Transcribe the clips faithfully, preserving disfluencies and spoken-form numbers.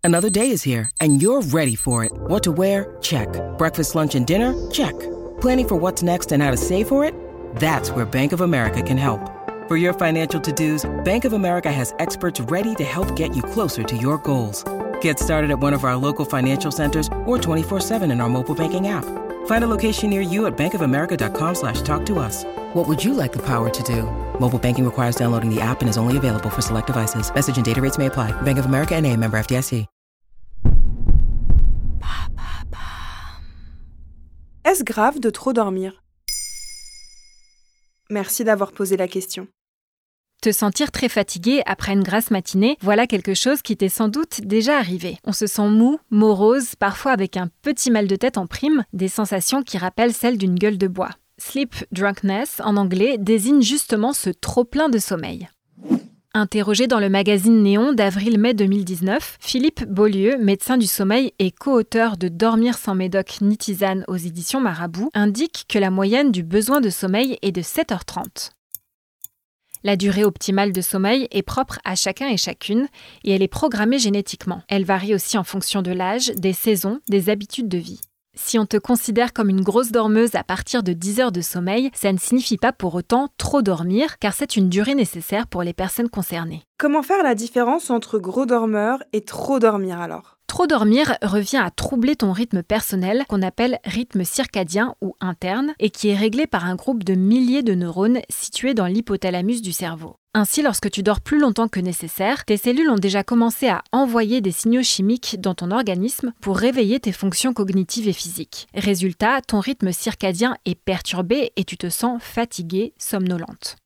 Another day is here, and you're ready for it. What to wear? Check. Breakfast, lunch, and dinner? Check. Planning for what's next and how to save for it? That's where Bank of America can help. For your financial to-dos, Bank of America has experts ready to help get you closer to your goals. Get started at one of our local financial centers or twenty-four seven in our mobile banking app. Find a location near you at bankofamerica.com slash talk to us. What would you like the power to do? Mobile banking requires downloading the app and is only available for select devices. Message and data rates may apply. Bank of America N A, member F D I C. Est-ce grave de trop dormir ? Merci d'avoir posé la question. Te sentir très fatigué après une grasse matinée, voilà quelque chose qui t'est sans doute déjà arrivé. On se sent mou, morose, parfois avec un petit mal de tête en prime, des sensations qui rappellent celles d'une gueule de bois. Sleep drunkenness, en anglais, désigne justement ce trop-plein de sommeil. Interrogé dans le magazine Néon d'avril-mai deux mille dix-neuf, Philippe Beaulieu, médecin du sommeil et co-auteur de Dormir sans médoc ni tisane aux éditions Marabout, indique que la moyenne du besoin de sommeil est de sept heures trente. La durée optimale de sommeil est propre à chacun et chacune et elle est programmée génétiquement. Elle varie aussi en fonction de l'âge, des saisons, des habitudes de vie. Si on te considère comme une grosse dormeuse à partir de dix heures de sommeil, ça ne signifie pas pour autant trop dormir, car c'est une durée nécessaire pour les personnes concernées. Comment faire la différence entre gros dormeur et trop dormir alors ? Trop dormir revient à troubler ton rythme personnel, qu'on appelle rythme circadien ou interne, et qui est réglé par un groupe de milliers de neurones situés dans l'hypothalamus du cerveau. Ainsi, lorsque tu dors plus longtemps que nécessaire, tes cellules ont déjà commencé à envoyer des signaux chimiques dans ton organisme pour réveiller tes fonctions cognitives et physiques. Résultat, ton rythme circadien est perturbé et tu te sens fatiguée, somnolente.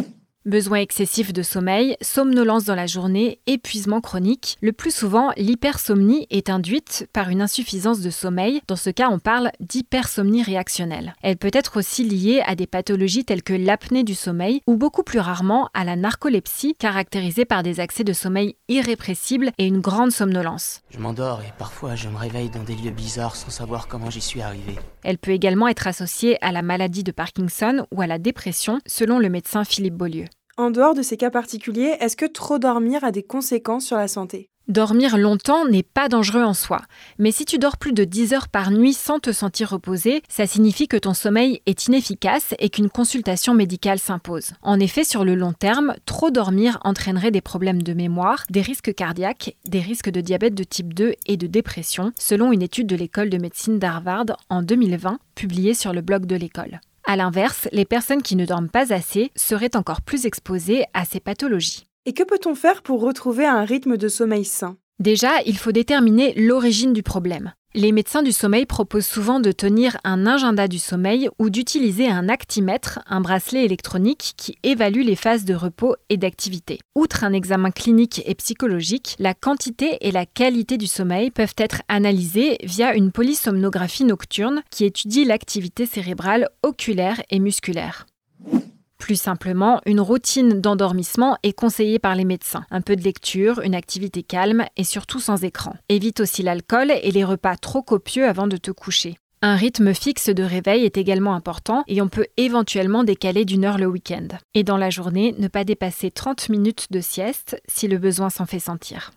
Besoin excessif de sommeil, somnolence dans la journée, épuisement chronique. Le plus souvent, l'hypersomnie est induite par une insuffisance de sommeil. Dans ce cas, on parle d'hypersomnie réactionnelle. Elle peut être aussi liée à des pathologies telles que l'apnée du sommeil ou beaucoup plus rarement à la narcolepsie, caractérisée par des accès de sommeil irrépressibles et une grande somnolence. Je m'endors et parfois je me réveille dans des lieux bizarres sans savoir comment j'y suis arrivé. Elle peut également être associée à la maladie de Parkinson ou à la dépression, selon le médecin Philippe Beaulieu. En dehors de ces cas particuliers, est-ce que trop dormir a des conséquences sur la santé ? Dormir longtemps n'est pas dangereux en soi, mais si tu dors plus de dix heures par nuit sans te sentir reposé, ça signifie que ton sommeil est inefficace et qu'une consultation médicale s'impose. En effet, sur le long terme, trop dormir entraînerait des problèmes de mémoire, des risques cardiaques, des risques de diabète de type deux et de dépression, selon une étude de l'école de médecine d'Harvard en deux mille vingt, publiée sur le blog de l'école. A l'inverse, les personnes qui ne dorment pas assez seraient encore plus exposées à ces pathologies. Et que peut-on faire pour retrouver un rythme de sommeil sain ? Déjà, il faut déterminer l'origine du problème. Les médecins du sommeil proposent souvent de tenir un agenda du sommeil ou d'utiliser un actimètre, un bracelet électronique qui évalue les phases de repos et d'activité. Outre un examen clinique et psychologique, la quantité et la qualité du sommeil peuvent être analysées via une polysomnographie nocturne qui étudie l'activité cérébrale, oculaire et musculaire. Plus simplement, une routine d'endormissement est conseillée par les médecins. Un peu de lecture, une activité calme et surtout sans écran. Évite aussi l'alcool et les repas trop copieux avant de te coucher. Un rythme fixe de réveil est également important et on peut éventuellement décaler d'une heure le week-end. Et dans la journée, ne pas dépasser trente minutes de sieste si le besoin s'en fait sentir.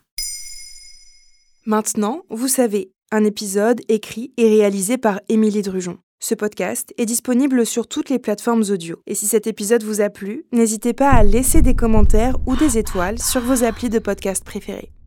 Maintenant, vous savez, un épisode écrit et réalisé par Émilie Drujon. Ce podcast est disponible sur toutes les plateformes audio. Et si cet épisode vous a plu, n'hésitez pas à laisser des commentaires ou des étoiles sur vos applis de podcast préférés.